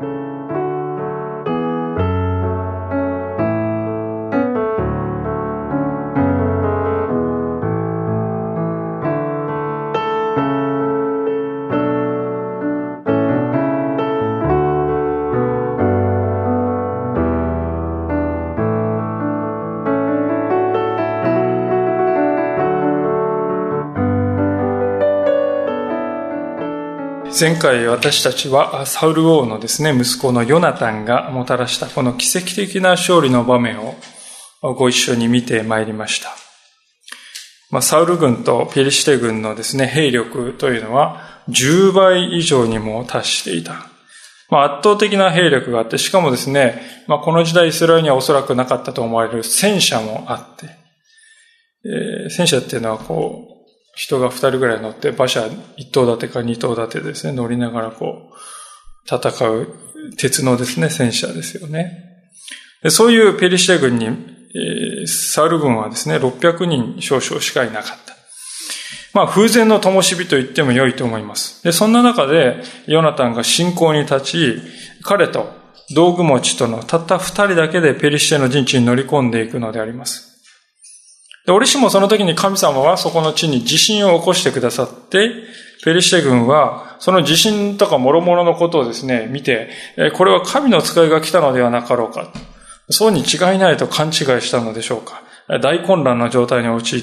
前回私たちはサウル王のですね、息子のヨナタンがもたらしたこの奇跡的な勝利の場面をご一緒に見てまいりました。サウル軍とペリシテ軍のですね、兵力というのは10倍以上にも達していた。圧倒的な兵力があって、しかもですね、この時代イスラエルにはおそらくなかったと思われる戦車もあって、戦車っていうのは人が2人ぐらい乗って馬車1頭立てか2頭立てですね、乗りながら戦う鉄のですね、戦車ですよね。そういうペリシテ軍に、サウル軍はですね、600人少々しかいなかった。風前の灯火と言っても良いと思います。で、そんな中で、ヨナタンが信仰に立ち、彼と道具持ちとのたった2人だけでペリシテの陣地に乗り込んでいくのであります。で、折しもその時に神様はそこの地に地震を起こしてくださって、ペリシテ軍はその地震とか諸々のことをですね、見て、これは神の使いが来たのではなかろうか。そうに違いないと勘違いしたのでしょうか。大混乱の状態に陥って、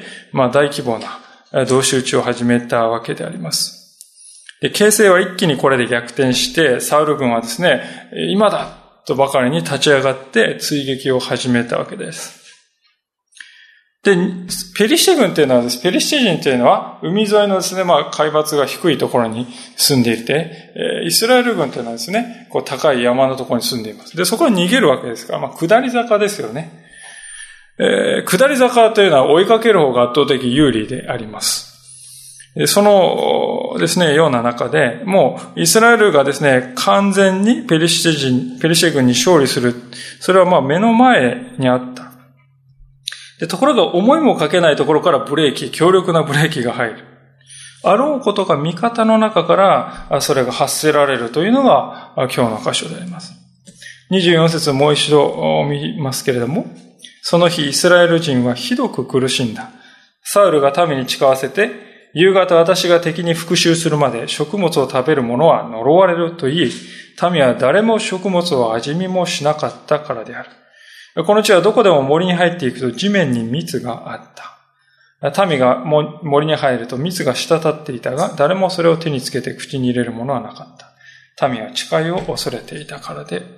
大規模な同士討ちを始めたわけであります。で、形勢は一気にこれで逆転して、サウル軍はですね、今だとばかりに立ち上がって追撃を始めたわけです。で、ペリシテ軍というのはです、ペリシテ人というのは海沿いのですね、海抜が低いところに住んでいて、イスラエル軍というのはですね、高い山のところに住んでいます。で、そこに逃げるわけですから、下り坂ですよね。下り坂というのは追いかける方が圧倒的有利であります。そのですね、ような中で、もうイスラエルがですね、完全にペリシテ軍に勝利する。それは目の前にあった。で、ところが思いもかけないところから強力なブレーキが入る。あろうことが味方の中からそれが発せられるというのが今日の箇所であります。24節もう一度見ますけれども、その日イスラエル人はひどく苦しんだ。サウルが民に誓わせて、夕方私が敵に復讐するまで食物を食べる者は呪われると言い、民は誰も食物を味見もしなかったからである。この地はどこでも森に入っていくと地面に蜜があった。民が森に入ると蜜が滴っていたが、誰もそれを手につけて口に入れるものはなかった。民は誓いを恐れていたからで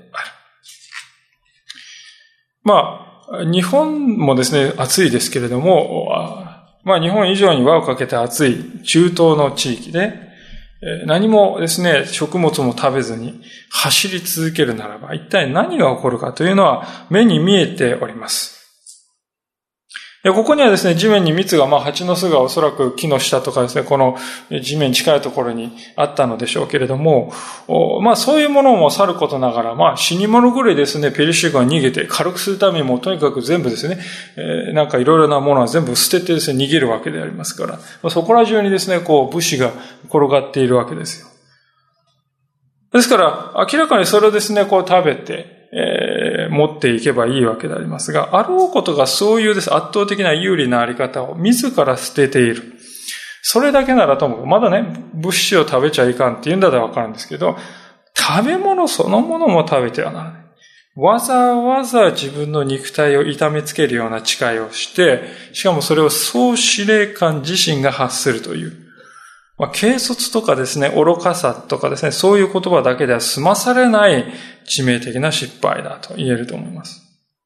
ある。日本もですね、暑いですけれども、日本以上に輪をかけて暑い中東の地域で、何もですね、食物も食べずに走り続けるならば、一体何が起こるかというのは目に見えております。ここにはですね、地面に蜜が、蜂の巣がおそらく木の下とかですね、この地面に近いところにあったのでしょうけれども、そういうものもさることながら、死に物狂いですね、ペリシテ軍が逃げて、軽くするためにもとにかく全部ですね、いろいろなものは全部捨ててですね、逃げるわけでありますから、そこら中にですね、物資が転がっているわけですよ。ですから、明らかにそれをですね、食べて、持っていけばいいわけでありますが、あろうことがそういうです圧倒的な有利なあり方を自ら捨てている。それだけならとも、まだね、物資を食べちゃいかんって言うんだったらわかるんですけど、食べ物そのものも食べてはならない。わざわざ自分の肉体を痛めつけるような誓いをして、しかもそれを総司令官自身が発するという。軽率とかですね、愚かさとかですね、そういう言葉だけでは済まされない致命的な失敗だと言えると思います。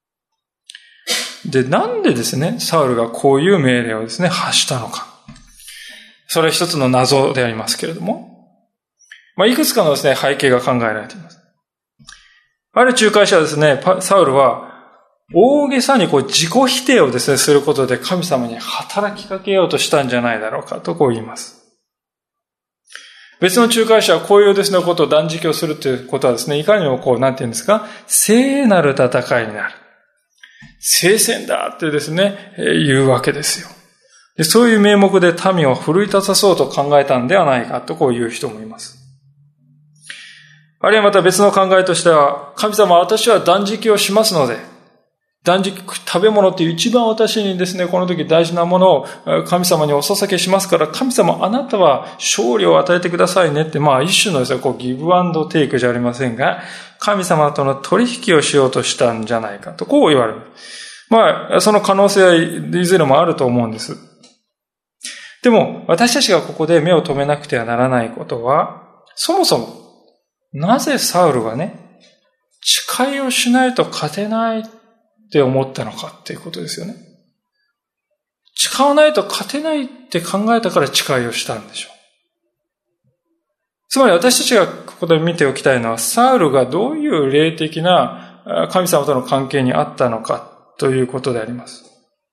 で、なんでですね、サウルがこういう命令をですね、発したのか。それは一つの謎でありますけれども、いくつかのですね、背景が考えられています。ある仲介者はですね、サウルは大げさに自己否定をですね、することで神様に働きかけようとしたんじゃないだろうかと言います。別の仲介者はこういうですね、ことを断食をするということはですね、いかにもなんて言うんですか、聖なる戦いになる。聖戦だってですね、言うわけですよ。で、そういう名目で民を奮い立たそうと考えたんではないかという人もいます。 あるいはまた別の考えとしては、神様、私は断食をしますので、断食、食べ物っていう一番私にですね、この時大事なものを神様にお捧げしますから、神様、あなたは勝利を与えてくださいねって、一種のですね、ギブアンドテイクじゃありませんが、神様との取引をしようとしたんじゃないかと、こう言われる。その可能性はいずれもあると思うんです。でも、私たちがここで目を留めなくてはならないことは、そもそも、なぜサウルがね、誓いをしないと勝てないって思ったのかっていうことですよね。誓わないと勝てないって考えたから誓いをしたんでしょう。つまり私たちがここで見ておきたいのは、サウルがどういう霊的な神様との関係にあったのかということであります。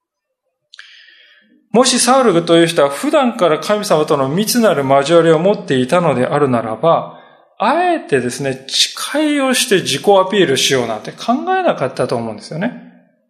もしサウルという人は普段から神様との密なる交わりを持っていたのであるならば、あえてですね、誓いをして自己アピールしようなんて考えなかったと思うんですよね。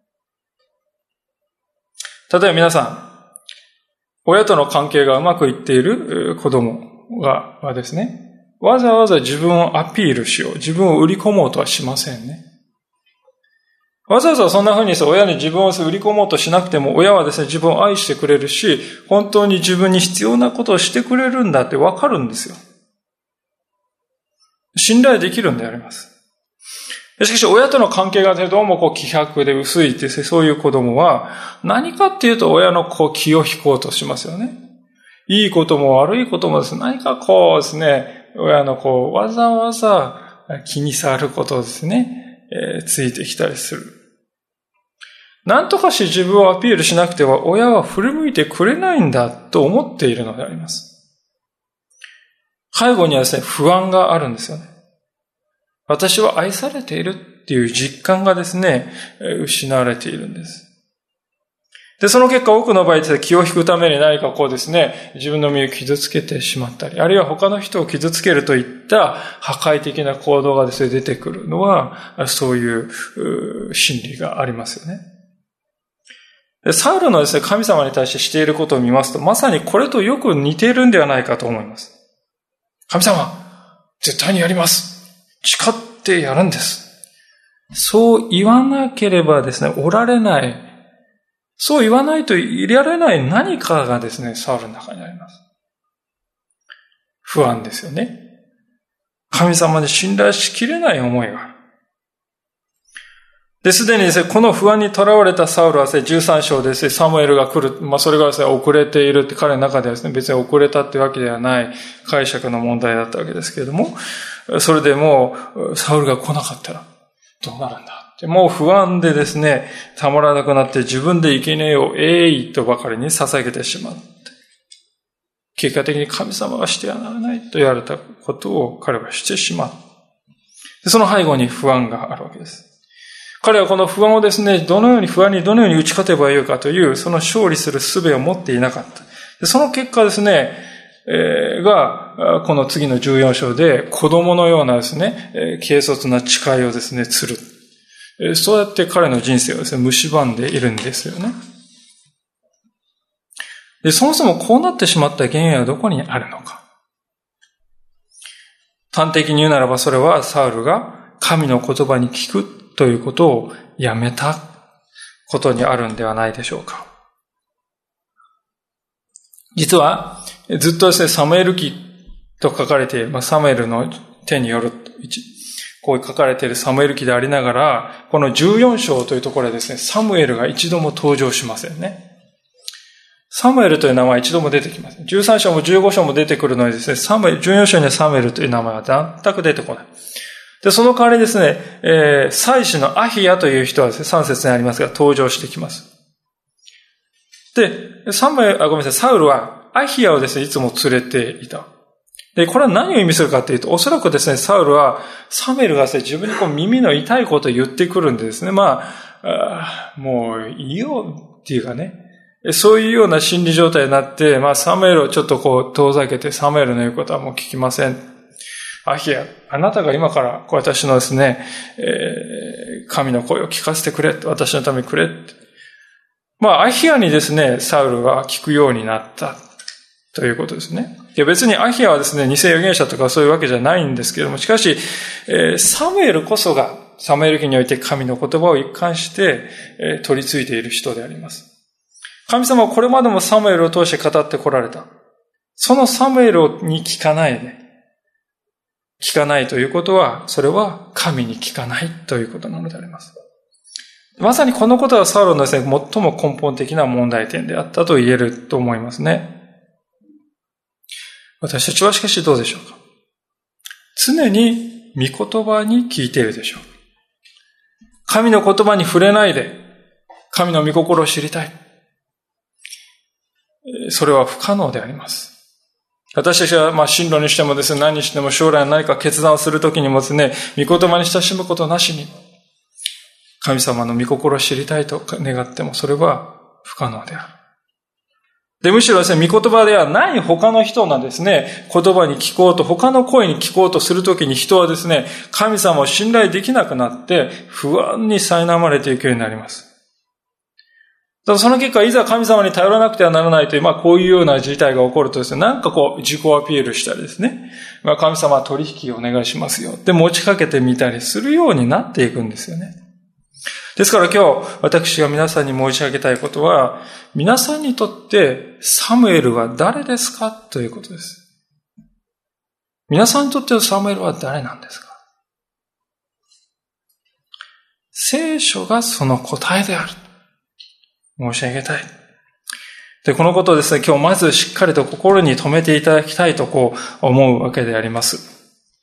例えば皆さん、親との関係がうまくいっている子供はですね、わざわざ自分をアピールしよう、自分を売り込もうとはしませんね。わざわざそんな風に親に自分を売り込もうとしなくても、親はですね、自分を愛してくれるし、本当に自分に必要なことをしてくれるんだってわかるんですよ。信頼できるんであります。しかし、親との関係がどうも希薄で薄いって、そういう子供は、何かっていうと親の気を引こうとしますよね。いいことも悪いこともですね、何かですね、親のわざわざ気に障ることをですね、ついてきたりする。何とかして自分をアピールしなくては、親は振り向いてくれないんだと思っているのであります。背後にはですね、不安があるんですよね。私は愛されているっていう実感がですね、失われているんです。で、その結果多くの場合ですね、気を引くために何かですね、自分の身を傷つけてしまったり、あるいは他の人を傷つけるといった破壊的な行動がですね、出てくるのは、そういう心理がありますよね。で、サウルのですね、神様に対してしていることを見ますと、まさにこれとよく似ているんではないかと思います。神様、絶対にやります。誓ってやるんです。そう言わなければですね、おられない。そう言わないといられない何かがですね、サウルの中にあります。不安ですよね。神様に信頼しきれない思いがある。で、すでにですね、この不安にとらわれたサウルはですね、13章でですね、サムエルが来る。それがですね、遅れているって彼の中ではですね、別に遅れたってわけではない解釈の問題だったわけですけれども、それでもう、サウルが来なかったら、どうなるんだって。もう不安でですね、たまらなくなって自分で生贄をえいとばかりに捧げてしまって、結果的に神様がしてはならないと言われたことを彼はしてしまう。その背後に不安があるわけです。彼はこの不安をですね、不安にどのように打ち勝てばよいかという、その勝利する術を持っていなかった。その結果ですね、この次の14章で子供のようなですね、軽率な誓いをですね、する。そうやって彼の人生をですね、蝕んでいるんですよね。で、そもそもこうなってしまった原因はどこにあるのか。端的に言うならばそれはサウルが神の言葉に聞くということをやめたことにあるんではないでしょうか。実は、ずっとですね、サムエル記と書かれている、サムエルの手による、こう書かれているサムエル記でありながら、この14章というところでですね、サムエルが一度も登場しませんね。サムエルという名前は一度も出てきません。13章も15章も出てくるのにですね、14章にはサムエルという名前は全く出てこない。で、その代わりですね、祭司のアヒヤという人はですね、3節にありますが、登場してきます。で、サウルはアヒヤをですね、いつも連れていた。で、これは何を意味するかというと、おそらくですね、サウルは、サムエルがですね、自分に耳の痛いことを言ってくるんでですね、もういいよっていうかね、そういうような心理状態になって、サムエルをちょっと遠ざけて、サムエルの言うことはもう聞きません。アヒヤ、あなたが今から私のですね、神の声を聞かせてくれ、私のためにくれって。アヒヤにですね、サウルは聞くようになった。 ということですね。いや別にアヒヤはですね、偽預言者とかそういうわけじゃないんですけれども、しかし、サムエルこそが、サムエル記において神の言葉を一貫して、取り付いている人であります。神様はこれまでもサムエルを通して語ってこられた。そのサムエルに聞かないで、聞かないということは、それは神に聞かないということなのであります。まさにこのことはサウロのですね、最も根本的な問題点であったと言えると思いますね。私たちはしかしどうでしょうか。常に御言葉に聞いているでしょう。神の言葉に触れないで、神の御心を知りたい。それは不可能であります。私たちは進路にしてもですね、何にしても将来何か決断をするときにもですね、御言葉に親しむことなしに、神様の御心を知りたいと願っても、それは不可能である。で、むしろですね、御言葉ではない他の人のですね、言葉に聞こうと、他の声に聞こうとするときに人はですね、神様を信頼できなくなって、不安に苛まれていくようになります。その結果、いざ神様に頼らなくてはならないという、こういうような事態が起こるとですね、なんか自己アピールしたりですね、神様は取引をお願いしますよって持ちかけてみたりするようになっていくんですよね。ですから今日、私が皆さんに申し上げたいことは、皆さんにとってサムエルは誰ですかということです。皆さんにとってサムエルは誰なんですか？聖書がその答えである。申し上げたい。で、このことをですね、今日まずしっかりと心に留めていただきたいと思うわけであります。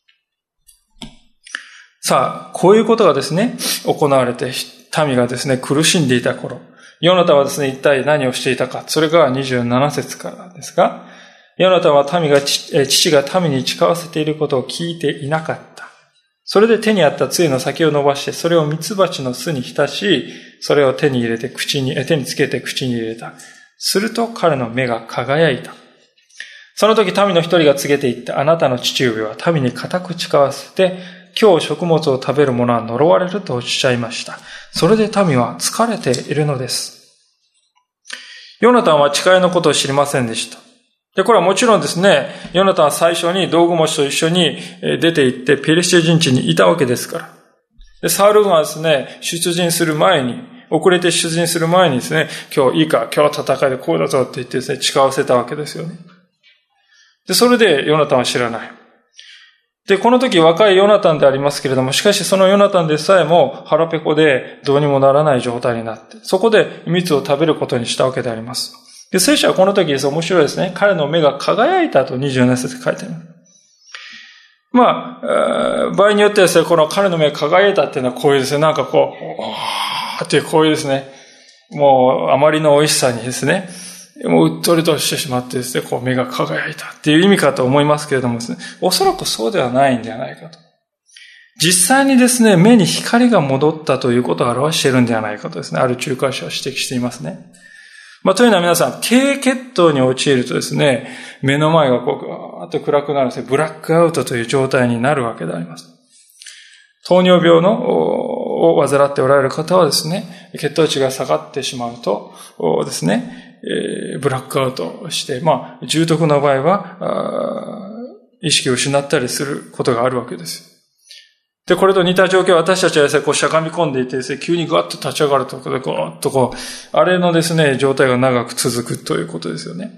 さあ、こういうことがですね、行われて、民がですね、苦しんでいた頃、ヨナタンはですね、一体何をしていたか。それが27節からですが、ヨナタンは父が民に誓わせていることを聞いていなかった。それで手にあった杖の先を伸ばして、それをミツバチの巣に浸し、それを手につけて口に入れた。すると彼の目が輝いた。その時民の一人が告げていった。あなたの父上は民に固く誓わせて、今日食物を食べる者は呪われるとおっしゃいました。それで民は疲れているのです。ヨナタンは誓いのことを知りませんでした。で、これはもちろんですね、ヨナタンは最初に道具持ちと一緒に出て行ってペリシテ人地にいたわけですから。で、サウル軍はですね、遅れて出陣する前にですね、今日戦いでこうだぞって言ってですね、誓わせたわけですよね。で、それでヨナタンは知らない。で、この時若いヨナタンでありますけれども、しかしそのヨナタンでさえも腹ペコでどうにもならない状態になって、そこで蜜を食べることにしたわけであります。で、聖書はこの時です。面白いですね。彼の目が輝いたと27節書いてある。場合によってはですね、この彼の目が輝いたっていうのはこういうですね、っていうこういうですね、もうあまりの美味しさにですね、もううっとりとしてしまってですね、目が輝いたっていう意味かと思いますけれどもですね、おそらくそうではないんではないかと。実際にですね、目に光が戻ったということを表しているんではないかとですね、ある仲介者は指摘していますね。というのは皆さん、低血糖に陥るとですね、目の前がガーッと暗くなるんですね、ブラックアウトという状態になるわけであります。糖尿病を患っておられる方はですね、血糖値が下がってしまうとですね、ブラックアウトして、重篤な場合は、意識を失ったりすることがあるわけです。で、これと似た状況、私たちはですね、しゃがみ込んでいてですね、急にガッと立ち上がると、ガーッとあれのですね、状態が長く続くということですよね。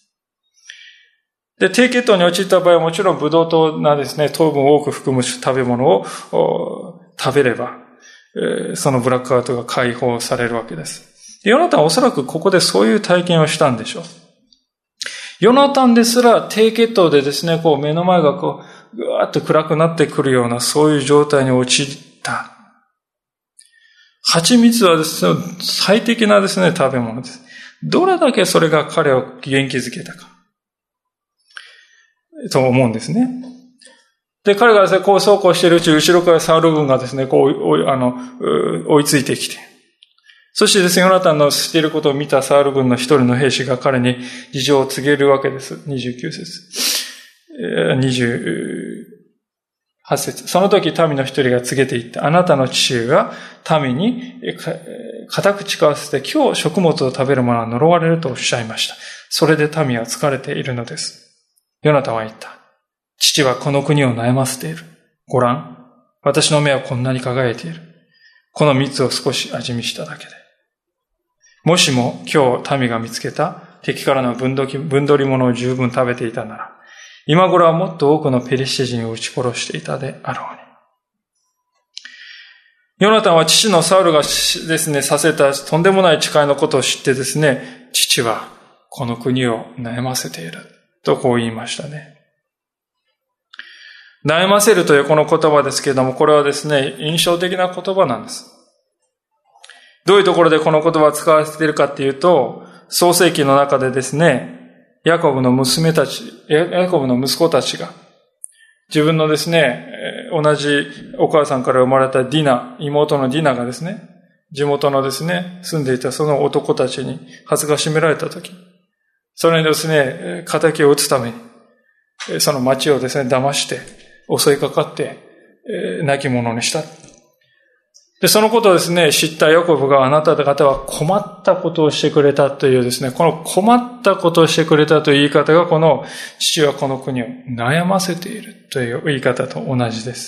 で、低血糖に陥った場合はもちろんブドウ糖なですね、糖分を多く含む食べ物を食べれば、そのブラックアウトが解放されるわけです。ヨナタンはおそらくここでそういう体験をしたんでしょう。ヨナタンですら低血糖でですね、目の前がぐわーっと暗くなってくるようなそういう状態に陥った。蜂蜜はですね、最適なですね、食べ物です。どれだけそれが彼を元気づけたか。と思うんですね。で、彼がですね、そうこうしているうち、後ろからサウル軍がですね、追いついてきて、そしてですね、ヨナタンのしていることを見たサウル軍の一人の兵士が彼に事情を告げるわけです。29節。28節。その時民の一人が告げていった。あなたの父上が民に固く誓わせて今日食物を食べる者は呪われるとおっしゃいました。 それで民は疲れているのです。ヨナタンは言った。父はこの国を悩ませている。ごらん。私の目はこんなに輝いている。この蜜を少し味見しただけで。もしも今日民が見つけた敵からの分取り物を十分食べていたなら、今頃はもっと多くのペリシテ人を撃ち殺していたであろうに。ヨナタンは父のサウルがですね、させたとんでもない誓いのことを知ってですね、父はこの国を悩ませているとこう言いましたね。悩ませるというこの言葉ですけれども、これはですね、印象的な言葉なんです。どういうところでこの言葉を使われているかっていうと、創世記の中でですね、ヤコブの息子たちが、自分のですね、同じお母さんから生まれた妹のディナがですね、地元のですね、住んでいたその男たちに恥ずかしめられたとき、それにですね、仇を討つために、その町をですね、騙して襲いかかって、亡き者にした。で、そのことをですね、知ったヤコブがあなた方は困ったことをしてくれたというですね、この困ったことをしてくれたという言い方がこの父はこの国を悩ませているという言い方と同じです。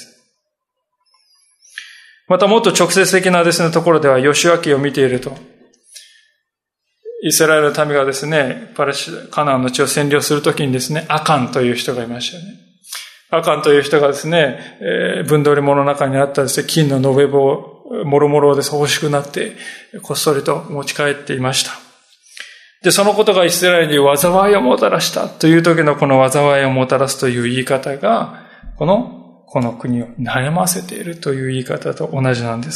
またもっと直接的なですね、ところではヨシュア記を見ていると、イスラエルの民がですね、カナンの地を占領するときにですね、アカンという人がいましたよね。アカンという人がですね、分取り物の中にあったですね、金の延べ棒、もろもろです欲しくなって、こっそりと持ち帰っていました。で、そのことがイスラエルに災いをもたらしたという時のこの災いをもたらすという言い方が、この国を悩ませているという言い方と同じなんです。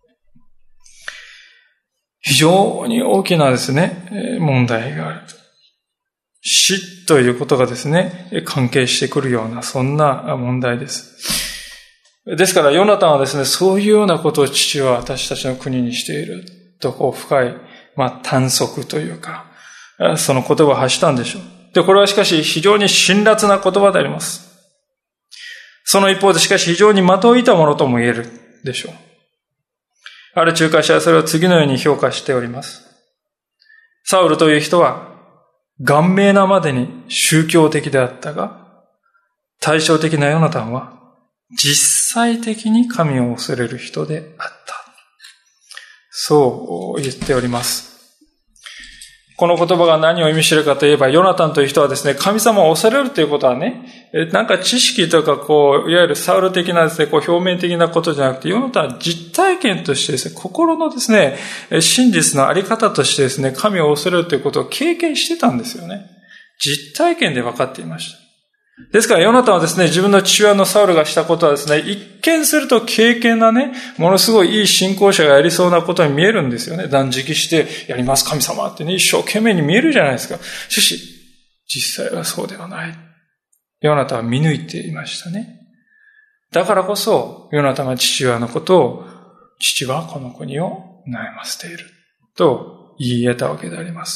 非常に大きなですね、問題がある。死ということがですね、関係してくるような、そんな問題です。ですから、ヨナタンはですね、そういうようなことを父は私たちの国にしていると、深い、探索というか、その言葉を発したんでしょう。で、これはしかし非常に辛辣な言葉であります。その一方でしかし非常に的を射たものとも言えるでしょう。ある仲介者はそれを次のように評価しております。サウルという人は、顔面なまでに宗教的であったが、対照的なヨナタンは、実際的に神を恐れる人であった。そう言っております。この言葉が何を意味しているかといえば、ヨナタンという人はですね、神様を恐れるということはね、なんか知識とかいわゆるサウル的なですね、表面的なことじゃなくて、ヨナタンは実体験としてですね、心のですね、真実のあり方としてですね、神を恐れるということを経験してたんですよね。実体験で分かっていました。ですから、ヨナタンはですね、自分の父親のサウルがしたことはですね、一見すると敬虔なね、ものすごいいい信仰者がやりそうなことに見えるんですよね。断食してやります神様ってね、一生懸命に見えるじゃないですか。しかし、実際はそうではない。ヨナタンは見抜いていましたね。だからこそ、ヨナタンが父親のことを、父はこの国を悩ませていると言い得たわけであります。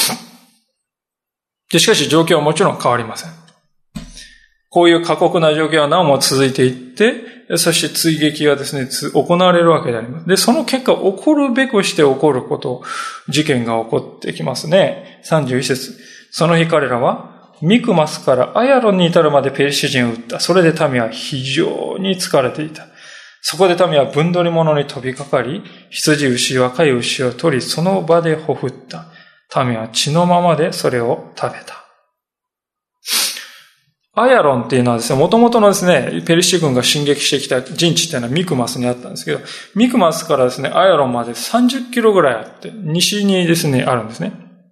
で、しかし状況はもちろん変わりません。こういう過酷な状況はなおも続いていって、そして追撃がですね、行われるわけであります。で、その結果、起こるべくして起こること、事件が起こってきますね。31節。その日彼らは、ミクマスからアヤロンに至るまでペリシテ人を撃った。それで民は非常に疲れていた。そこで民は分取り物に飛びかかり、羊牛、若い牛を取り、その場でほふった。民は血のままでそれを食べた。アヤロンっていうのはですね、元々のですね、ペリシテ軍が進撃してきた陣地っていうのはミクマスにあったんですけど、ミクマスからですね、アヤロンまで30キロぐらいあって、西にですね、あるんですね。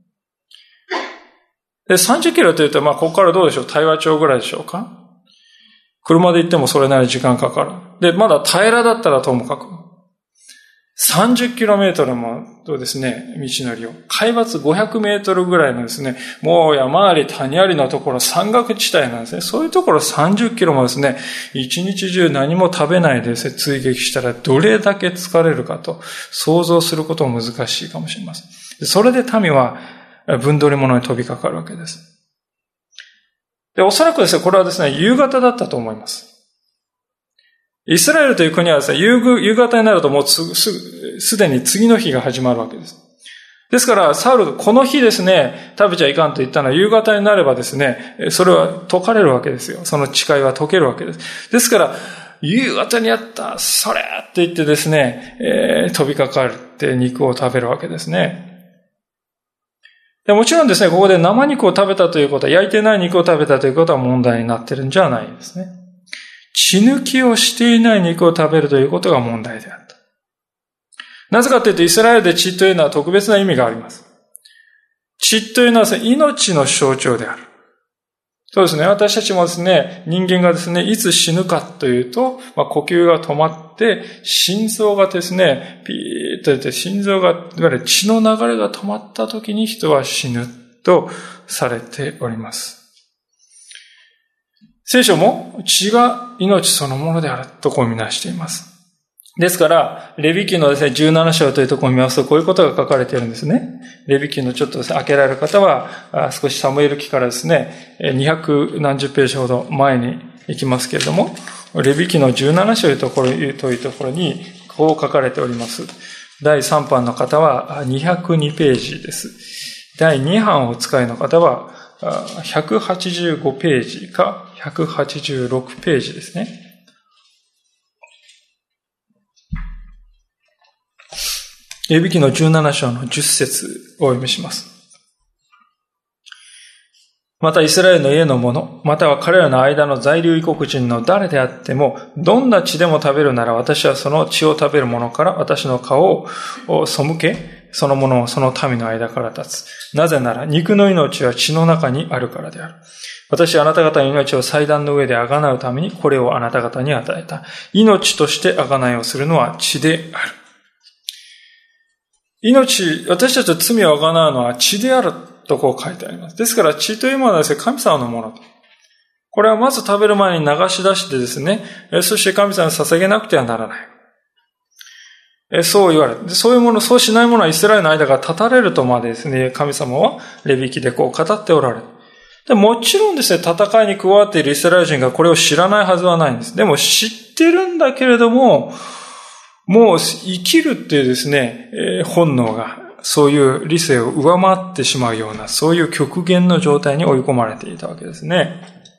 で、30キロというと、ここからどうでしょう、対話町ぐらいでしょうか。車で行ってもそれなりに時間かかる。で、まだ平らだったらともかく。30km もですね、道のりを。海抜500メートルぐらいのですね、もう山あり谷ありのところ、山岳地帯なんですね。そういうところ30キロもですね、一日中何も食べないでですね、追撃したらどれだけ疲れるかと想像することも難しいかもしれません。それで民は分取り物に飛びかかるわけです。で、おそらくですね、これはですね、夕方だったと思います。イスラエルという国はですね、夕方になるともうすでに次の日が始まるわけです。 ですから、サウルがこの日ですね、食べちゃいかんと言ったのは夕方になればですね、それは解かれるわけですよ。その誓いは解けるわけです。ですから、夕方にやった、それって言ってですね、飛びかかって肉を食べるわけですね。でもちろんですね、ここで生肉を食べたということは、焼いてない肉を食べたということは問題になってるんじゃないですね。血抜きをしていない肉を食べるということが問題であった。なぜかというと、イスラエルで血というのは特別な意味があります。血というのは命の象徴である。そうですね。私たちもですね、人間がですね、いつ死ぬかというと、呼吸が止まって、心臓がですね、ピーッと出て、心臓が、いわゆる血の流れが止まった時に人は死ぬとされております。聖書も血が命そのものであるとこう見なしています。ですから、レビ記のですね、17章というところを見ますと、こういうことが書かれているんですね。レビ記のちょっとですね、開けられる方は、少しサムエル記からですね、200何十ページほど前に行きますけれども、レビ記の17章というところに、こう書かれております。第3版の方は202ページです。第2版をお使いの方は、185ページか186ページですね。レビ記の17章の10節をお読みします。またイスラエルの家の者、または彼らの間の在留異国人の誰であっても、どんな血でも食べるなら私はその血を食べる者から私の顔を背け、その者をその民の間から立つ。なぜなら肉の命は血の中にあるからである。私はあなた方の命を祭壇の上で贖うためにこれをあなた方に与えた。命として贖いをするのは血である。私たちの罪を贖うのは血であるとこう書いてあります。ですから血というものはですね、神様のものと。これはまず食べる前に流し出してですね、そして神様に捧げなくてはならない。そう言われる。そういうもの、そうしないものはイスラエルの間が断たれるとまでですね、神様はレビ記でこう語っておられる。でもちろんですね、戦いに加わっているイスラエル人がこれを知らないはずはないんです。でも知ってるんだけれども、もう生きるっていうですね、本能がそういう理性を上回ってしまうような、そういう極限の状態に追い込まれていたわけですね。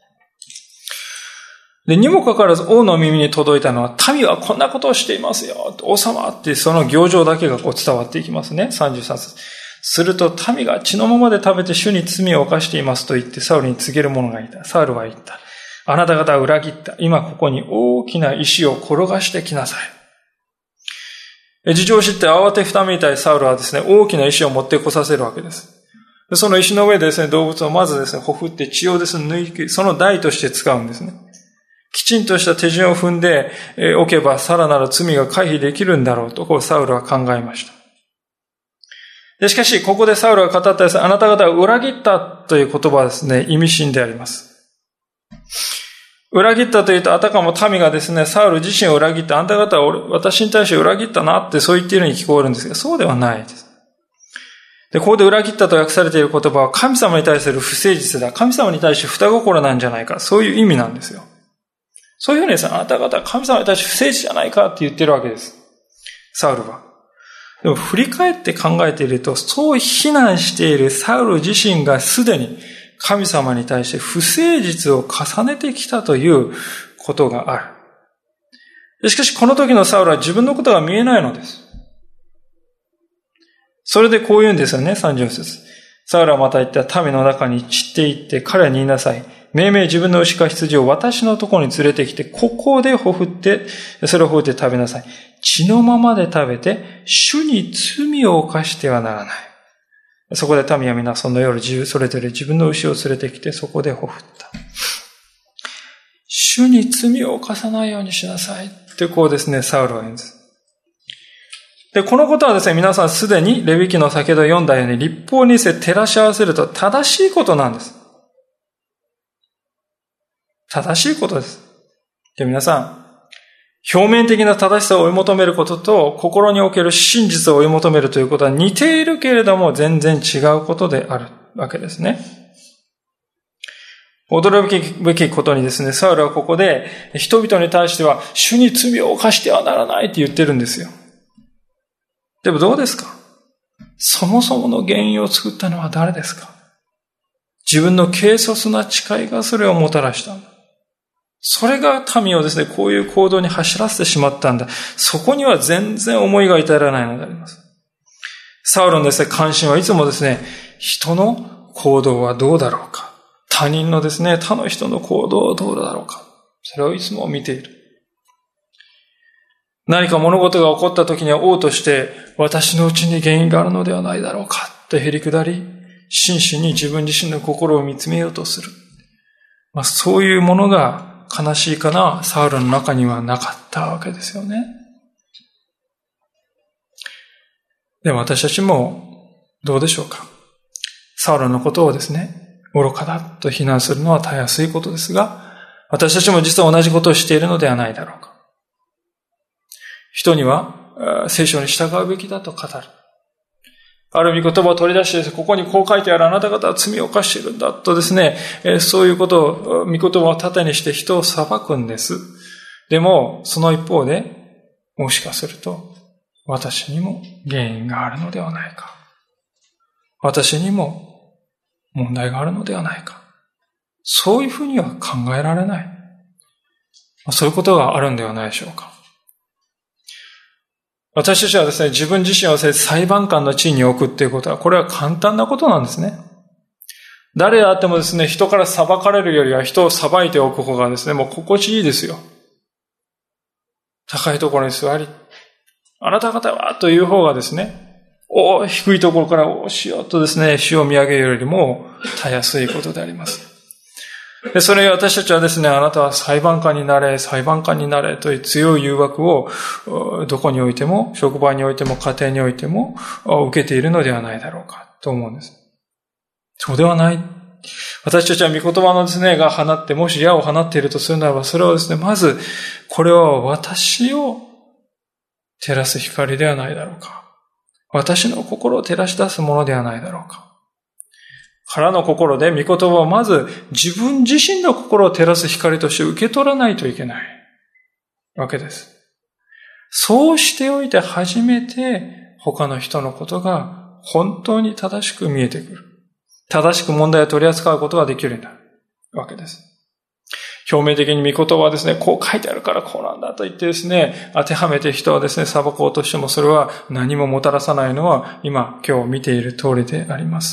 で、にもかかわらず王の耳に届いたのは、民はこんなことをしていますよ、王様ってその行状だけがこう伝わっていきますね。33節。すると民が血のままで食べて主に罪を犯していますと言ってサウルに告げる者がいた。サウルは言った。あなた方は裏切った。今ここに大きな石を転がしてきなさい。事情を知って慌てふためいたサウルはですね、大きな石を持ってこさせるわけです。その石の上でですね、動物をまずですね、ほふって血をですね、抜き、その台として使うんですね。きちんとした手順を踏んでおけば、さらなる罪が回避できるんだろうと、こうサウルは考えました。でしかし、ここでサウルが語ったですね、あなた方は裏切ったという言葉はですね、意味深であります。裏切ったというと、あたかも民がですね、サウル自身を裏切った、あなた方は私に対して裏切ったなってそう言っているように聞こえるんですが、そうではないです。で、ここで裏切ったと訳されている言葉は神様に対する不誠実だ。神様に対して二心なんじゃないか。そういう意味なんですよ。そういうふうにですね、あなた方は神様に対して不誠実じゃないかって言ってるわけです。サウルは。でも振り返って考えていると、そう非難しているサウル自身がすでに神様に対して不誠実を重ねてきたということがある。しかしこの時のサウルは自分のことが見えないのです。それでこう言うんですよね、34節。サウルはまた言った。民の中に散っていって彼らに言いなさい。めいめい自分の牛か羊を私のところに連れてきて、ここでほふって、それをほふって食べなさい。血のままで食べて、主に罪を犯してはならない。そこで民は皆その夜それぞれ自分の牛を連れてきて、そこでほふった。主に罪を犯さないようにしなさい。ってこうですね、サウルは言うんです。で、このことはですね、皆さんすでにレビ記の先ほど読んだように、律法に照らし合わせると正しいことなんです。正しいことです。で、皆さん、表面的な正しさを追い求めることと、心における真実を追い求めるということは似ているけれども、全然違うことであるわけですね。驚くべきことにですね、サウルはここで、人々に対しては、主に罪を犯してはならないって言ってるんですよ。でもどうですか？ そもそもの原因を作ったのは誰ですか？自分の軽率な誓いがそれをもたらしたんだ。それが民をですね、こういう行動に走らせてしまったんだ。そこには全然思いが至らないのであります。サウロのですね、関心はいつもですね、人の行動はどうだろうか。他人のですね、他の人の行動はどうだろうか。それをいつも見ている。何か物事が起こった時には王として、私のうちに原因があるのではないだろうかとへりくだり、真摯に自分自身の心を見つめようとする。そういうものが悲しいかな、サウルの中にはなかったわけですよね。でも私たちもどうでしょうか。サウルのことをですね、愚かだと非難するのはたやすいことですが、私たちも実は同じことをしているのではないだろうか。人には聖書に従うべきだと語る。ある御言葉を取り出して、ここにこう書いてある、あなた方は罪を犯しているんだとですね、そういうことを、御言葉を盾にして人を裁くんです。でも、その一方で、もしかすると、私にも原因があるのではないか。私にも問題があるのではないか。そういうふうには考えられない。そういうことがあるんではないでしょうか。私たちはですね、自分自身を裁判官の地位に置くっていうことは、これは簡単なことなんですね。誰であってもですね、人から裁かれるよりは人を裁いておく方がですね、もう心地いいですよ。高いところに座り、あなた方はという方がですね、低いところからしようとですね、主を見上げるよりもたやすいことであります。で、それに私たちはですね、あなたは裁判官になれ、裁判官になれという強い誘惑をどこにおいても、職場においても家庭においても受けているのではないだろうかと思うんです。そうではない。私たちは御言葉のですね、が放って、もし矢を放っているとするならば、それはですね、まず、これは私を照らす光ではないだろうか。私の心を照らし出すものではないだろうか。からの心で御言葉をまず自分自身の心を照らす光として受け取らないといけないわけです。そうしておいて初めて他の人のことが本当に正しく見えてくる。正しく問題を取り扱うことができるようになるわけです。表面的に御言葉はですね、こう書いてあるからこうなんだと言ってですね、当てはめて人はですね、裁こうとしてもそれは何ももたらさないのは今日見ている通りであります。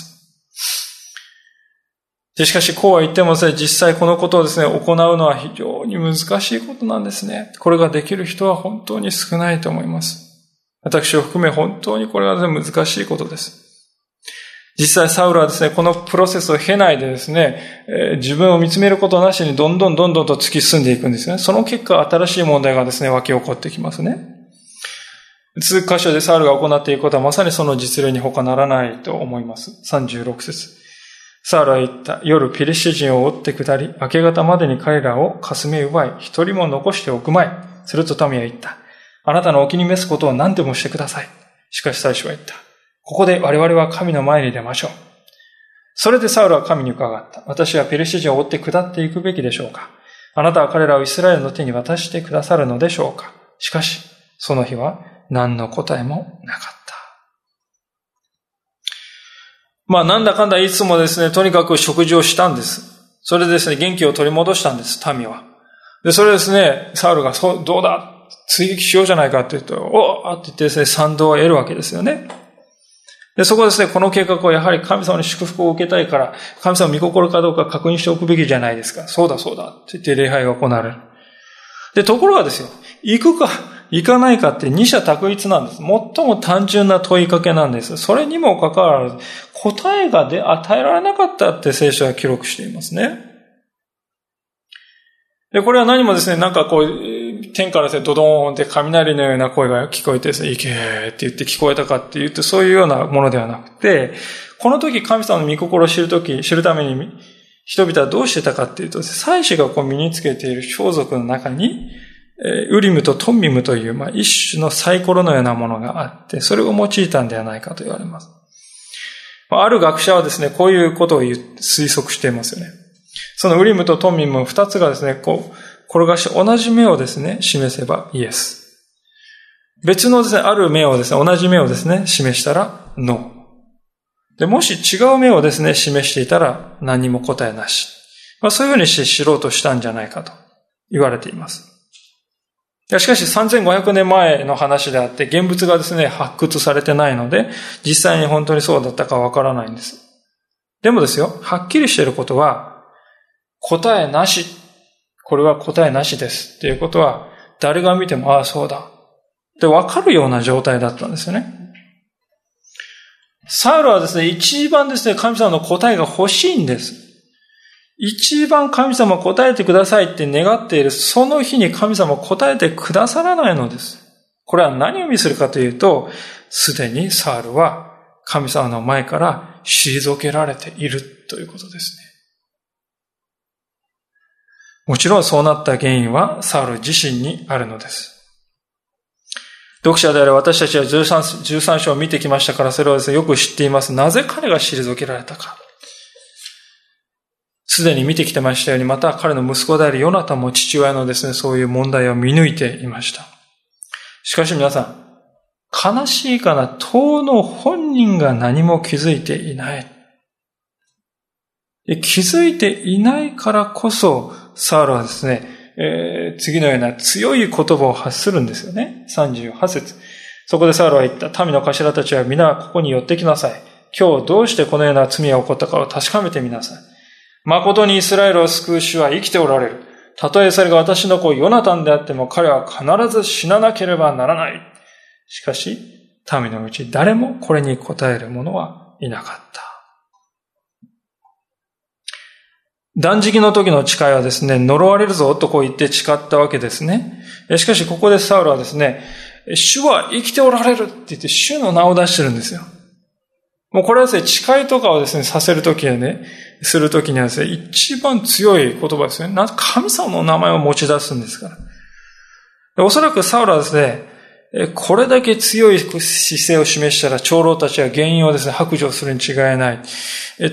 しかし、こうは言ってもですね、実際このことをですね、行うのは非常に難しいことなんですね。これができる人は本当に少ないと思います。私を含め本当にこれはですね、難しいことです。実際サウルはですね、このプロセスを経ないでですね、自分を見つめることなしにどんどんと突き進んでいくんですね。その結果、新しい問題がですね、湧き起こってきますね。続く箇所でサウルが行っていくことはまさにその実例に他ならないと思います。36節。サウルは言った。夜ペリシテ人を追って下り、明け方までに彼らをかすめ奪い、一人も残しておくまい。すると民は言った。あなたのお気に召すことを何でもしてください。しかし最初は言った。ここで我々は神の前に出ましょう。それでサウルは神に伺った。私はペリシテ人を追って下っていくべきでしょうか。あなたは彼らをイスラエルの手に渡してくださるのでしょうか。しかし、その日は何の答えもなかった。なんだかんだいつもですね、とにかく食事をしたんです。それでですね、元気を取り戻したんです、民は。で、それですね、サウルが、どうだ追撃しようじゃないかって言うと、おーって言ってですね、賛同を得るわけですよね。で、そこですね、この計画をやはり神様の祝福を受けたいから、神様の御心かどうか確認しておくべきじゃないですか。そうだって言って礼拝が行われる。で、ところがですよ、行くか、行かないかって二者択一なんです。最も単純な問いかけなんです。それにもかかわらず、答えが与えられなかったって聖書は記録していますね。で、これは何もですね、天からですね、ドドーンって雷のような声が聞こえてですね、行けーって言って聞こえたかって言って、そういうようなものではなくて、この時神様の御心を知るために人々はどうしてたかっていうと、祭司が身につけている装束の中に、ウリムとトンミムという一種のサイコロのようなものがあって、それを用いたんではないかと言われます。ある学者はですね、こういうことを推測していますよね。そのウリムとトンミム二つがですね、転がして同じ目をですね、示せばイエス。別のですね、ある目をですね、同じ目をですね、示したらノー。で、もし違う目をですね、示していたら何も答えなし。そういうふうにして知ろうとしたんじゃないかと言われています。しかし3500年前の話であって、現物がですね、発掘されてないので、実際に本当にそうだったかわからないんです。でもですよ、はっきりしていることは、答えなし。これは答えなしです。っていうことは、誰が見ても、ああ、そうだ。ってわかるような状態だったんですよね。サウルはですね、一番ですね、神様の答えが欲しいんです。一番神様答えてくださいって願っている、その日に神様答えてくださらないのです。これは何を意味するかというと、すでにサウルは神様の前から退けられているということですね。もちろんそうなった原因はサウル自身にあるのです。読者である私たちは13章を見てきましたから、それをですね、よく知っています。なぜ彼が退けられたか。すでに見てきてましたように、また彼の息子であるヨナタンも父親のですね、そういう問題を見抜いていました。しかし皆さん、悲しいかな、当の本人が何も気づいていない。気づいていないからこそ、サウルはですね、次のような強い言葉を発するんですよね。38節。そこでサウルは言った。民の頭たちは皆ここに寄ってきなさい。今日どうしてこのような罪が起こったかを確かめてみなさい。誠にイスラエルを救う主は生きておられる。たとえそれが私の子ヨナタンであっても彼は必ず死ななければならない。しかし、民のうち誰もこれに答える者はいなかった。断食の時の誓いはですね、呪われるぞとこう言って誓ったわけですね。しかしここでサウルはですね、主は生きておられるって言って主の名を出してるんですよ。もうこれはですね、誓いとかをですね、させるときはね、するときにはですね、一番強い言葉ですね。神様の名前を持ち出すんですから。おそらくサウルはですね、これだけ強い姿勢を示したら長老たちは原因をですね、白状するに違いない、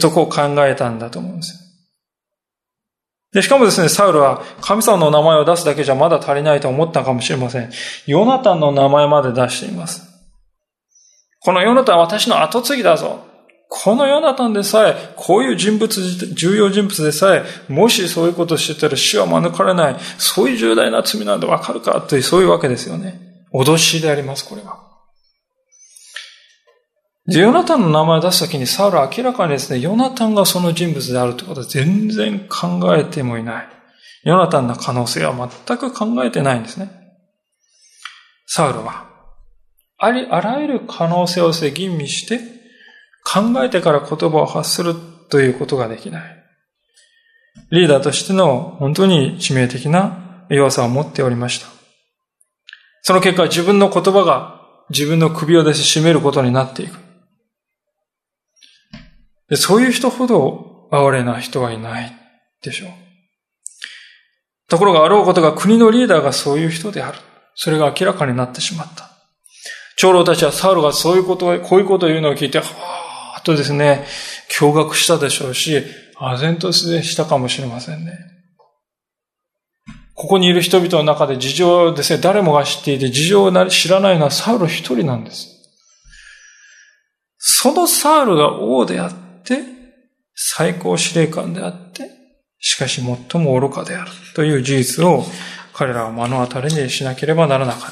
とこう考えたんだと思うんですよ。で、しかもですね、サウルは神様の名前を出すだけじゃまだ足りないと思ったかもしれません。ヨナタンの名前まで出しています。このヨナタンは私の後継ぎだぞ。このヨナタンでさえ、こういう重要人物でさえ、もしそういうことをしてたら死は免れない。そういう重大な罪なんでわかるかという、そういうわけですよね。脅しであります、これは。ヨナタンの名前を出すときにサウルは明らかにですね、ヨナタンがその人物であるということは全然考えてもいない。ヨナタンの可能性は全く考えてないんですね。サウルは、あらゆる可能性を吟味して、考えてから言葉を発するということができない。リーダーとしての本当に致命的な弱さを持っておりました。その結果、自分の言葉が自分の首を絞めることになっていく。で、そういう人ほど哀れな人はいないでしょう。ところがあろうことが国のリーダーがそういう人である。それが明らかになってしまった。長老たちはサウルがこういうことを言うのを聞いて、はーっとですね、驚愕したでしょうし、唖然としたかもしれませんね。ここにいる人々の中で事情をですね、誰もが知っていて事情を知らないのはサウル一人なんです。そのサウルが王であって、最高司令官であって、しかし最も愚かであるという事実を彼らは目の当たりにしなければならなかった。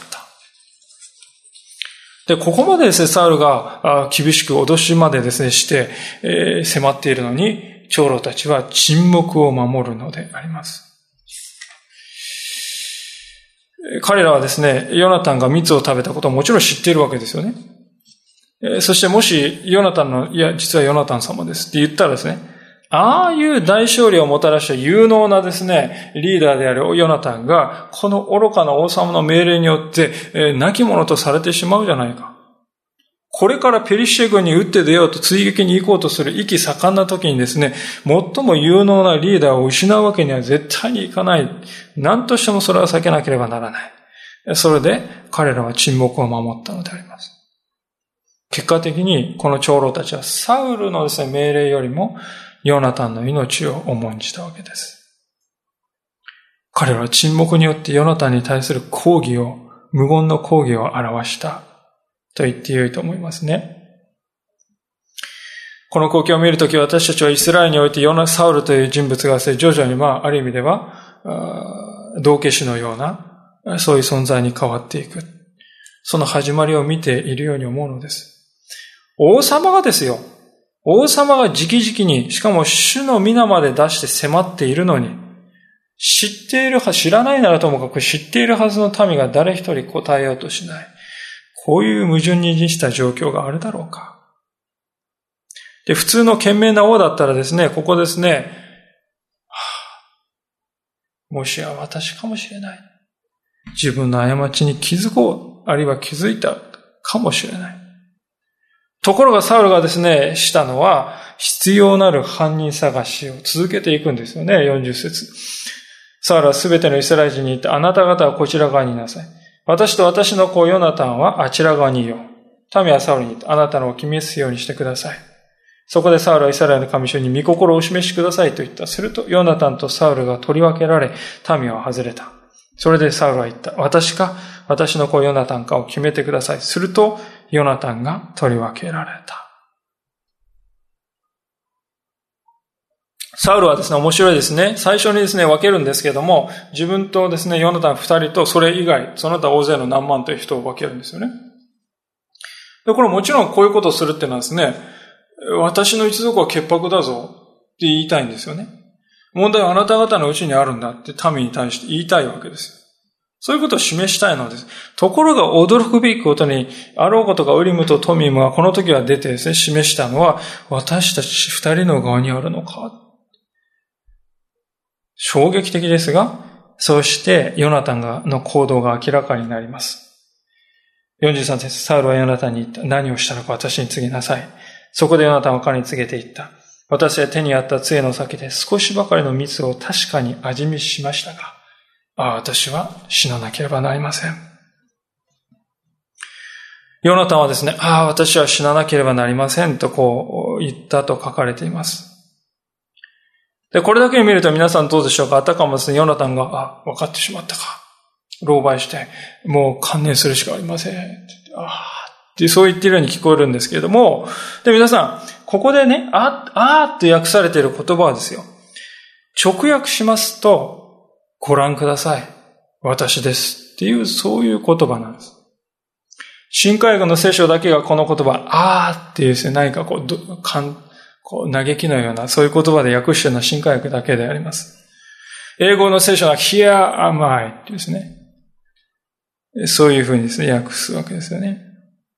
で、ここまでですね、サウルが厳しく脅しまでですね、して、迫っているのに、長老たちは沈黙を守るのであります。彼らはですね、ヨナタンが蜜を食べたことをもちろん知っているわけですよね。そしてもし、実はヨナタン様ですって言ったらですね、ああいう大勝利をもたらした有能なですね、リーダーであるヨナタンが、この愚かな王様の命令によって、亡き者とされてしまうじゃないか。これからペリシテ軍に打って出ようと追撃に行こうとする意気盛んな時にですね、最も有能なリーダーを失うわけには絶対にいかない。何としてもそれは避けなければならない。それで彼らは沈黙を守ったのであります。結果的にこの長老たちはサウルのですね、命令よりもヨナタンの命を重んじたわけです。彼らは沈黙によってヨナタンに対する抗議を、無言の抗議を表したと言ってよいと思いますね。 この光景を見るとき、私たちはイスラエルにおいてサウルという人物が徐々にある意味では、道化師のような、そういう存在に変わっていく。その始まりを見ているように思うのです。王様がですよ。王様が直々に、しかも主の皆まで出して迫っているのに、知らないならともかく知っているはずの民が誰一人答えようとしない。こういう矛盾にした状況があるだろうか。で、普通の賢明な王だったらですね、ここですね、もしや私かもしれない。自分の過ちに気づこう、あるいは気づいたかもしれない。ところがサウルがですね、したのは、必要なる犯人探しを続けていくんですよね、40節。サウルはすべてのイスラエル人に言って、あなた方はこちら側にいなさい。私と私の子ヨナタンはあちら側にいよう。民はサウルに言って、あなたのを決めすようにしてください。そこでサウルはイスラエルの神主に御心をお示しくださいと言った。するとヨナタンとサウルが取り分けられ、民は外れた。それでサウルは言った。私か、私の子ヨナタンかを決めてください。するとヨナタンが取り分けられた。サウルはですね、面白いですね。最初にですね、分けるんですけども、自分とですね、ヨナタン2人とそれ以外、その他大勢の何万という人を分けるんですよね。で、これもちろんこういうことをするっていうのはですね、私の一族は潔白だぞって言いたいんですよね。問題はあなた方のうちにあるんだって民に対して言いたいわけですよ。そういうことを示したいのです。ところが驚くべきことに、あろうことがウリムとトミムがこの時は出てですね、示したのは、私たち2人の側にあるのか。衝撃的ですが、そうしてヨナタンの行動が明らかになります。43節、サウルはヨナタンに言った。何をしたのか私に告げなさい。そこでヨナタンは彼に告げて言った。私は手にあった杖の先で少しばかりの蜜を確かに味見しましたが、私は死ななければなりません。ヨナタンはですね、私は死ななければなりませんとこう言ったと書かれています。で、これだけを見ると皆さんどうでしょうか。あたかもですね、ヨナタンが、分かってしまったか。狼狽して、もう観念するしかありません。ってそう言っているように聞こえるんですけれども、で、皆さん、ここでね、って訳されている言葉はですよ。直訳しますと、ご覧ください。私です。っていう、そういう言葉なんです。新海軍の聖書だけがこの言葉、っていうですね、何かこう嘆きのような、そういう言葉で訳しているのは新海訳だけであります。英語の聖書は Here am I ってですね。そういうふうにですね、訳すわけですよね。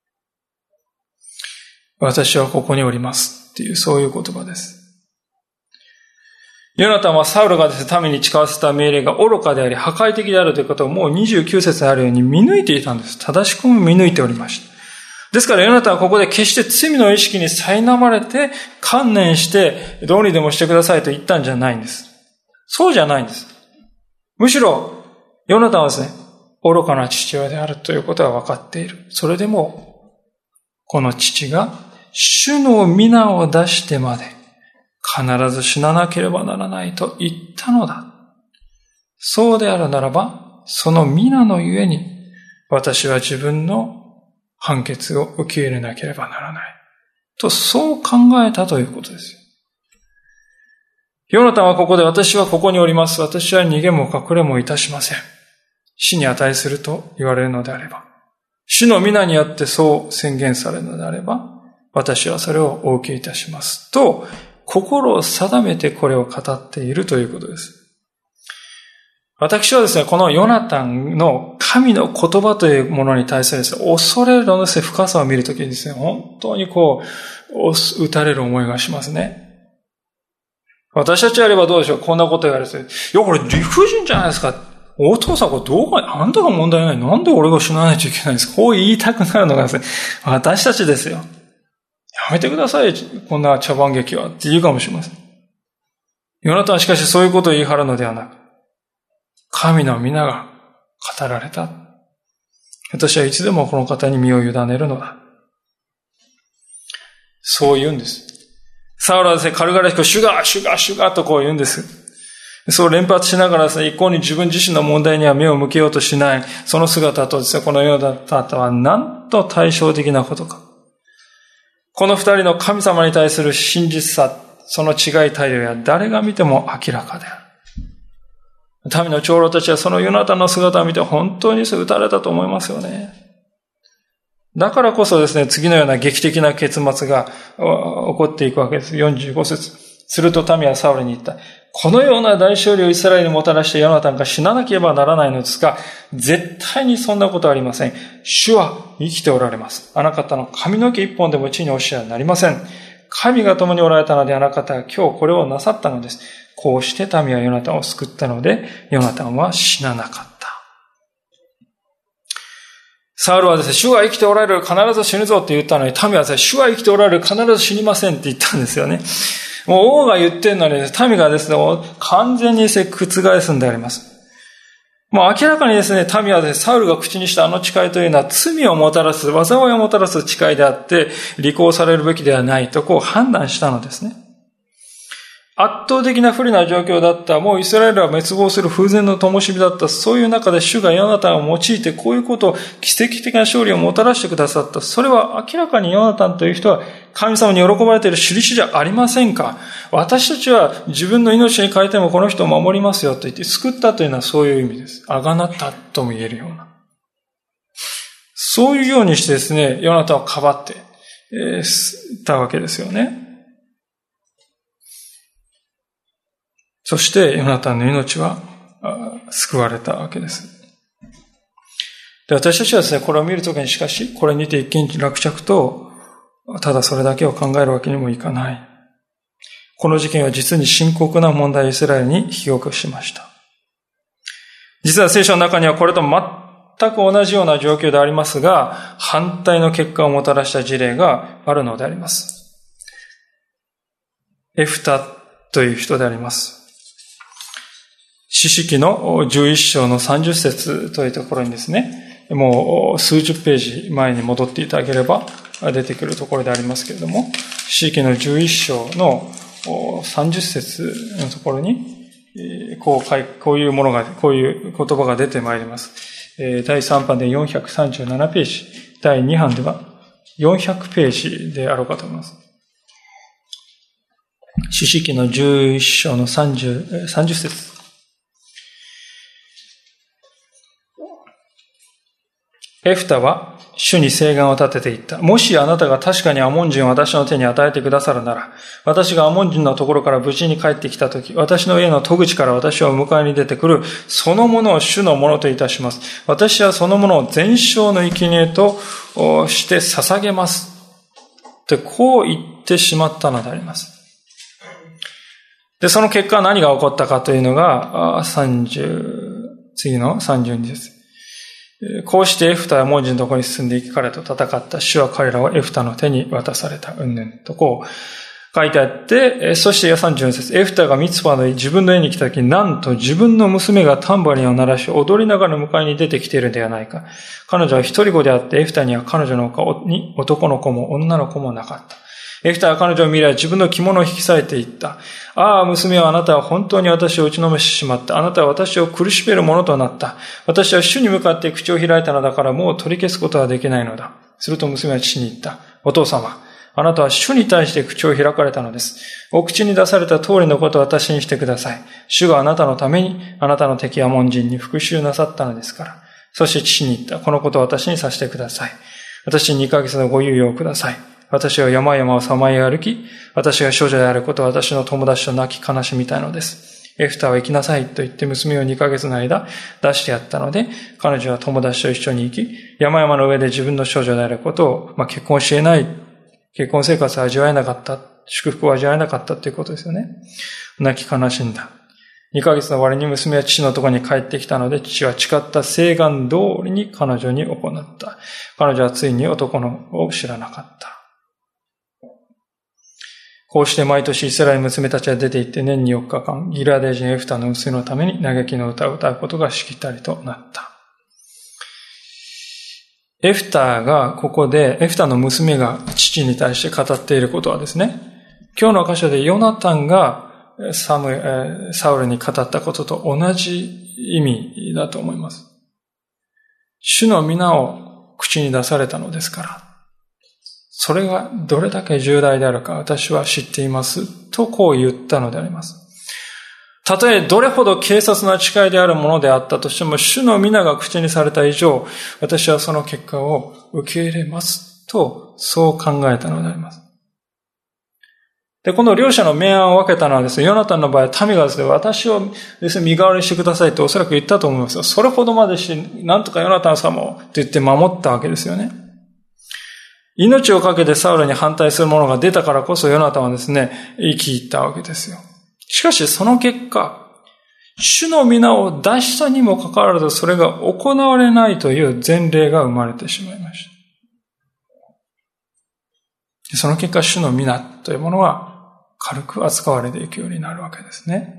私はここにおりますっていう、そういう言葉です。ヨナタンはサウルがですね、民に誓わせた命令が愚かであり、破壊的であるということをもう29節あるように見抜いていたんです。正しくも見抜いておりました。ですからヨナタンはここで決して罪の意識に苛まれて観念してどうにでもしてくださいと言ったんじゃないんです。そうじゃないんです。むしろヨナタンはですね、愚かな父親であるということは分かっている。それでもこの父が主の皆を出してまで必ず死ななければならないと言ったのだ。そうであるならば、その皆のゆえに私は自分の判決を受け入れなければならない。と、そう考えたということですよ。ヨナタンはここで私はここにおります。私は逃げも隠れもいたしません。死に値すると言われるのであれば、主の皆によってそう宣言されるのであれば、私はそれをお受けいたします。と、心を定めてこれを語っているということです。私はですね、このヨナタンの神の言葉というものに対するですね、恐れるのですね、深さを見るときにですね、本当に打たれる思いがしますね。私たちやればどうでしょう、こんなこと言われて、いや、これ理不尽じゃないですか。お父さん、これあんたが問題ない。なんで俺が死なないといけないんですか。こう言いたくなるのがですね、私たちですよ。やめてください、こんな茶番劇は。って言うかもしれません。ヨナタンはしかしそういうことを言い張るのではなく、神の皆が語られた。私はいつでもこの方に身を委ねるのだ。そう言うんです。サウルはですね、軽々しく主がとこう言うんです。そう連発しながらですね、一向に自分自身の問題には目を向けようとしない、その姿とですね、このような方はなんと対照的なことか。 この二人の神様に対する真実さ、その違い態度や誰が見ても明らかである。民の長老たちはそのヨナタンの姿を見て本当に打たれたと思いますよね。だからこそですね、次のような劇的な結末が起こっていくわけです。45節。すると民はサウルに言った。このような大勝利をイスラエルにもたらしてヨナタンが死ななければならないのですが、絶対にそんなことはありません。主は生きておられます。あなた方の髪の毛一本でも地に落ちてはなりません。神が共におられたのであなた方は今日これをなさったのです。こうして民はヨナタンを救ったので、ヨナタンは死ななかった。サウルはですね、主は生きておられる、必ず死ぬぞって言ったのに、民はですね、主は生きておられる、必ず死にませんって言ったんですよね。もう王が言ってるのに、民がですね、完全に覆すんであります。もう明らかにですね、民はですね、サウルが口にしたあの誓いというのは罪をもたらす、災いをもたらす誓いであって、履行されるべきではないとこう判断したのですね。圧倒的な不利な状況だった。もうイスラエルは滅亡する風前の灯火だった。そういう中で主がヨナタンを用いてこういうことを奇跡的な勝利をもたらしてくださった。それは明らかにヨナタンという人は神様に喜ばれている印じゃありませんか。私たちは自分の命に変えてもこの人を守りますよと言って救ったというのはそういう意味です。あがなったとも言えるような。そういうようにしてですね、ヨナタンをかばってたわけですよね。そしてヨナタンの命は救われたわけです。で、私たちはですね、これを見るときにしかし、これにて一件落着と、ただそれだけを考えるわけにもいかない。この事件は実に深刻な問題をイスラエルに引き起こしました。実は聖書の中にはこれと全く同じような状況でありますが、反対の結果をもたらした事例があるのであります。エフタという人であります。士師記の11章の30節というところにですね、もう数十ページ前に戻っていただければ出てくるところでありますけれども、士師記の11章の30節のところに、こういう言葉が出てまいります。第3版で437ページ、第2版では400ページであろうかと思います。士師記の11章の30節。エフタは主に誓願を立てていった。もしあなたが確かにアモン人を私の手に与えてくださるなら、私がアモン人のところから無事に帰ってきたとき、私の家の戸口から私を迎えに出てくる、そのものを主のものといたします。私はそのものを全焼の生贄として捧げます。ってこう言ってしまったのであります。で、その結果何が起こったかというのが、次の32です。こうしてエフタはアモン人のところに進んでいき彼と戦った。主は彼らをエフタの手に渡された。うんぬんとこう書いてあって、そして34節。エフタがミツパの自分の家に来たとき、なんと自分の娘がタンバリンを鳴らし踊りながら迎えに出てきているのではないか。彼女は一人子であって、エフタには彼女の他に男の子も女の子もなかった。エフタは彼女を見れば自分の着物を引き裂いていった。ああ、娘はあなたは本当に私を打ちのめしてしまった。あなたは私を苦しめるものとなった。私は主に向かって口を開いたのだからもう取り消すことはできないのだ。すると娘は父に言った。お父様、あなたは主に対して口を開かれたのです。お口に出された通りのことを私にしてください。主があなたのためにあなたの敵アモン人に復讐なさったのですから。そして父に言った。このことを私にさせてください。私に2ヶ月のご猶予をください。私は山々をさまよい歩き、私が少女であることを私の友達と泣き悲しみたいのです。エフタは行きなさいと言って娘を2ヶ月の間出してやったので、彼女は友達と一緒に行き、山々の上で自分の少女であることを、結婚し得ない、結婚生活を味わえなかった、祝福を味わえなかったということですよね。泣き悲しんだ。2ヶ月の終わりに娘は父のところに帰ってきたので、父は誓った誓願通りに彼女に行った。彼女はついに男の子を知らなかった。こうして毎年イスラエル娘たちは出て行って年に4日間、ギルアデ人エフタの娘のために嘆きの歌を歌うことがしきたりとなった。エフタがここで、エフタの娘が父に対して語っていることはですね、今日の箇所でヨナタンがサウルに語ったことと同じ意味だと思います。主の皆を口に出されたのですから。 それがどれだけ重大であるか私は知っています。とこう言ったのであります。たとえどれほど軽率な誓いであるものであったとしても、主の皆が口にされた以上、私はその結果を受け入れます。と、そう考えたのであります。で、この両者の明暗を分けたのはですね、ヨナタンの場合、民がですね、私をですね、身代わりにしてくださいとおそらく言ったと思いますが、それほどまでして、なんとかヨナタン様をと言って守ったわけですよね。命をかけてサウルに反対する者が出たからこそ、ヨナタンはですね、生き入ったわけですよ。しかしその結果、主の皆を出したにもかかわらず、それが行われないという前例が生まれてしまいました。その結果、主の皆というものは軽く扱われていくようになるわけですね。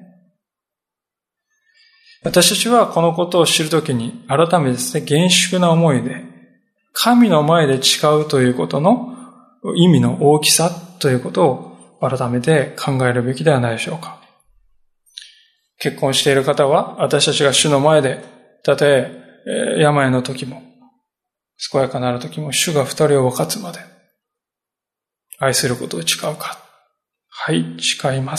私たちはこのことを知るときに、改めてですね、厳粛な思いで、神の前で誓うということの意味の大きさということを改めて考えるべきではないでしょうか。結婚している方は、私たちが主の前で、たとえ病の時も、健やかなる時も、主が二人を分かつまで、愛することを誓うか。はい、誓います。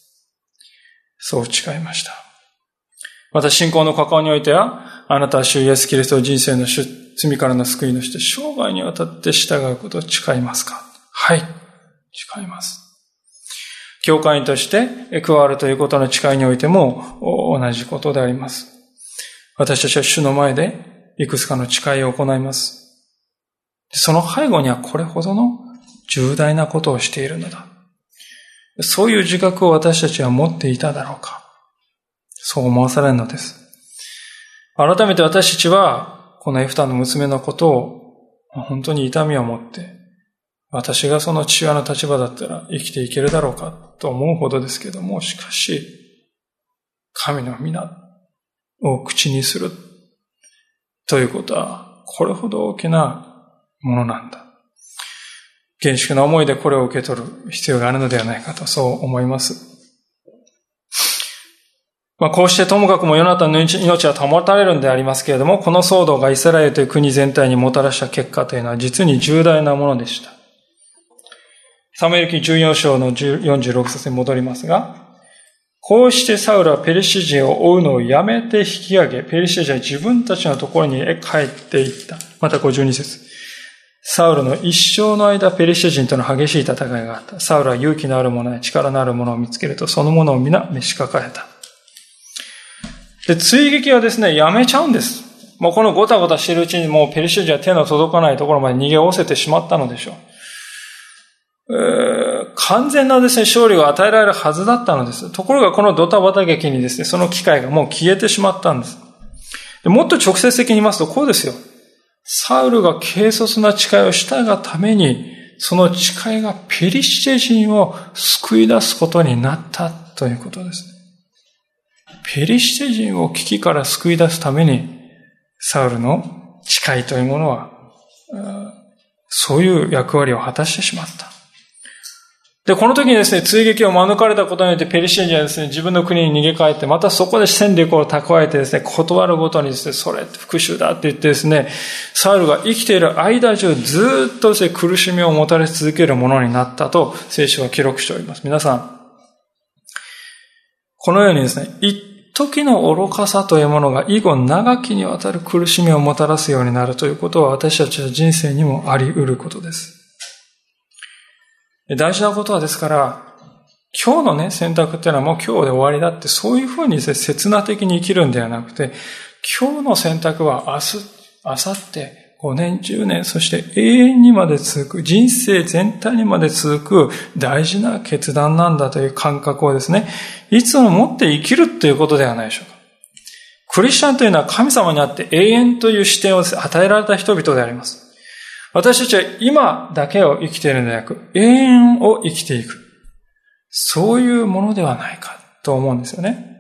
そう誓いました。また信仰の関わりにおいては、あなたは主イエスキリストを人生の主、罪からの救いのして生涯にわたって従うことを誓いますか。はい、誓います。教会員として加わるということの誓いにおいても同じことであります。私たちは主の前でいくつかの誓いを行います。その背後にはこれほどの重大なことをしているのだ。そういう自覚を私たちは持っていただろうか。そう思わされるのです。改めて私たちはこのエフタの娘のことを本当に痛みを持って、私がその父親の立場だったら生きていけるだろうかと思うほどですけども、しかし、神の皆を口にするということは、これほど大きなものなんだ。厳粛な思いでこれを受け取る必要があるのではないかと、そう思います。こうしてともかくもヨナタンの命は保たれるんでありますけれども、この騒動がイスラエルという国全体にもたらした結果というのは実に重大なものでした。サムエル記14章の46節に戻りますが、こうしてサウルはペリシテ人を追うのをやめて引き上げ、ペリシテ人は自分たちのところに帰っていった。また52節。サウルの一生の間、ペリシテ人との激しい戦いがあった。サウルは勇気のある者や力のある者を見つけると、その者を皆召し抱えた。で、追撃はですね、やめちゃうんです。もうこのゴタゴタしているうちにもうペリシテ人は手の届かないところまで逃げおせてしまったのでしょう。完全なですね、勝利が与えられるはずだったのです。ところがこのドタバタ劇にですね、その機会がもう消えてしまったんです。でもっと直接的に言いますとこうですよ。サウルが軽率な誓いをしたがために、その誓いがペリシテ人を救い出すことになったということですね。ペリシテ人を危機から救い出すために、サウルの誓いというものは、そういう役割を果たしてしまった。で、この時にですね、追撃を免れたことによってペリシテ人はですね、自分の国に逃げ帰って、またそこで戦力を蓄えてですね、断るごとにですね、それって復讐だって言ってですね、サウルが生きている間中ずっとですね、苦しみをもたらし続けるものになったと聖書は記録しております。皆さん、このようにですね、一時の愚かさというものが以後長きにわたる苦しみをもたらすようになるということは私たちの人生にもあり得ることです。大事なことはですから、今日のね、選択っていうのはもう今日で終わりだって、そういうふうにですね、刹那的に生きるんではなくて、今日の選択は明日、明後日、5年、10年、そして永遠にまで続く、人生全体にまで続く大事な決断なんだという感覚をですね、いつも持って生きるということではないでしょうか。クリスチャンというのは神様にあって永遠という視点を与えられた人々であります。私たちは今だけを生きているのではなく、永遠を生きていく。そういうものではないかと思うんですよね。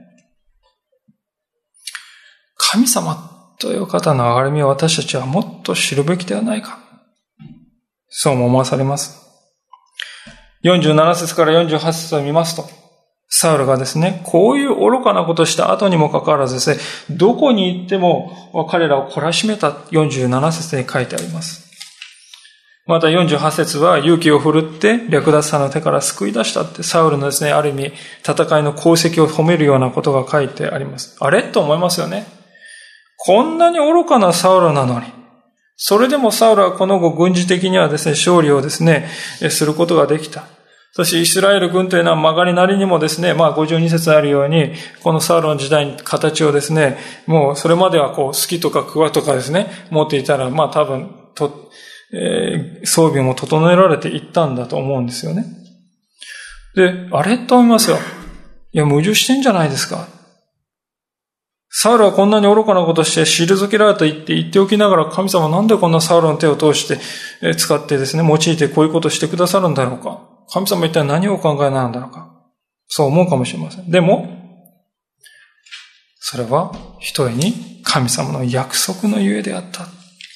神様という方の憐れみを私たちはもっと知るべきではないか。そうも思わされます。47節から48節を見ますと、サウルがですね、こういう愚かなことをした後にもかかわらずですね、どこに行っても彼らを懲らしめた47節に書いてあります。 また48節は勇気を振るって略奪者の手から救い出したってサウルのですね、ある意味戦いの功績を褒めるようなことが書いてあります。あれと思いますよね。こんなに愚かなサウルなのに、それでもサウルはこの後軍事的にはですね、勝利をですね、することができた。そしてイスラエル軍というのは曲がりなりにもですね、52節あるように、このサウルの時代に形をですね、もうそれまでは好きとかクワとかですね、持っていたら、多分装備も整えられていったんだと思うんですよね。で、あれと思いますよ。いや、矛盾してんじゃないですか。サウルはこんなに愚かなことして退けられた言っておきながら、神様なんでこんなサウルの手を通して使ってですね、用いてこういうことをしてくださるんだろうか。神様一体何をお考えなんだろうか。そう思うかもしれません。でも、それは一重に神様の約束のゆえであった。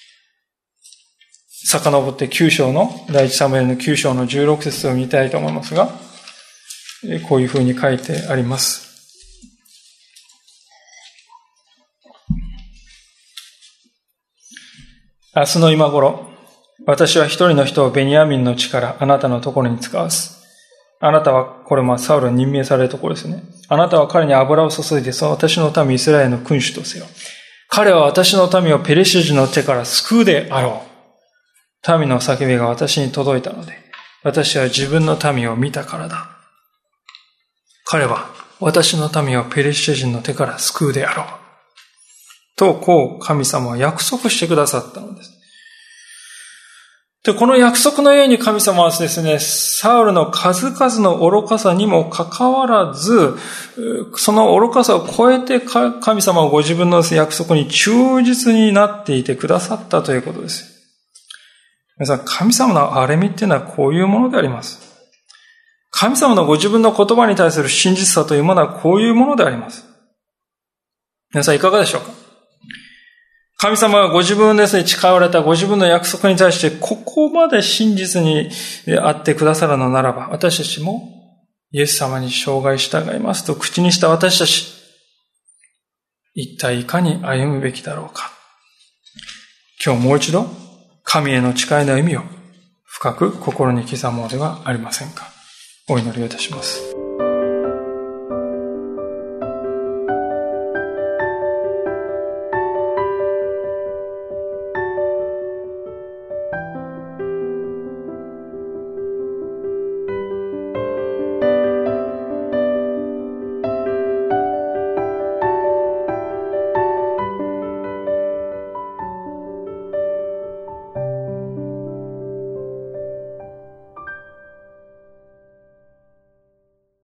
遡って9章の、第一サムエルの9章の16節を見たいと思いますが、こういうふうに書いてあります。明日の今頃、私は一人の人をベニヤミンの地からあなたのところに使わす。あなたは、これサウルに任命されるところですね。あなたは彼に油を注いで、その私の民イスラエルの君主とせよ。彼は私の民をペリシテ人の手から救うであろう。民の叫びが私に届いたので、私は自分の民を見たからだ。彼は私の民をペリシテ人の手から救うであろう。と、こう神様は約束してくださったのです。で、この約束のように神様はですね、サウルの数々の愚かさにもかかわらず、その愚かさを超えて神様はご自分の約束に忠実になっていてくださったということです。皆さん、神様の憐れみっていうのはこういうものであります。神様のご自分の言葉に対する真実さというものはこういうものであります。皆さんいかがでしょうか？神様はご自分ですね、誓われたご自分の約束に対してここまで真実にあってくださるのならば、私たちもイエス様に生涯従いますと口にした私たち、一体いかに歩むべきだろうか。今日もう一度神への誓いの意味を深く心に刻もうではありませんか。お祈りをいたします。